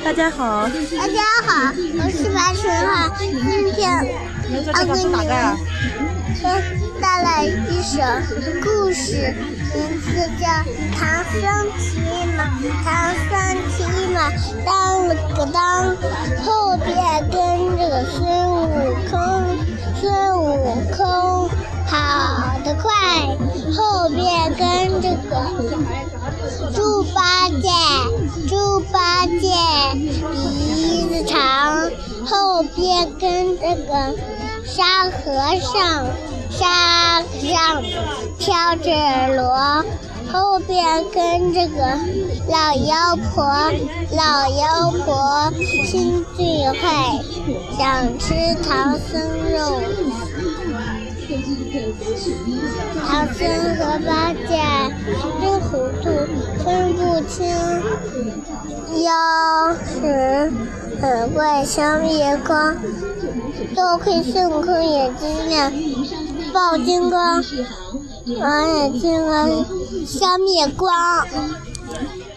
大家好， 我是白晨浩，今天要给你们带来一首故事，名字叫《唐僧骑马》。唐僧骑马当了个当，后边跟着个孙悟空，孙悟空跑得快，后边跟着个猪八戒，猪八戒鼻子长，后边跟着个沙和尚，沙和尚挑着箩，后边跟着个老妖婆，老妖婆心最坏，想吃唐僧肉。唐僧和八戒真糊涂，分不清妖神很怪消灭光，多亏孙悟空眼睛亮，爆金光，王眼金光消灭光。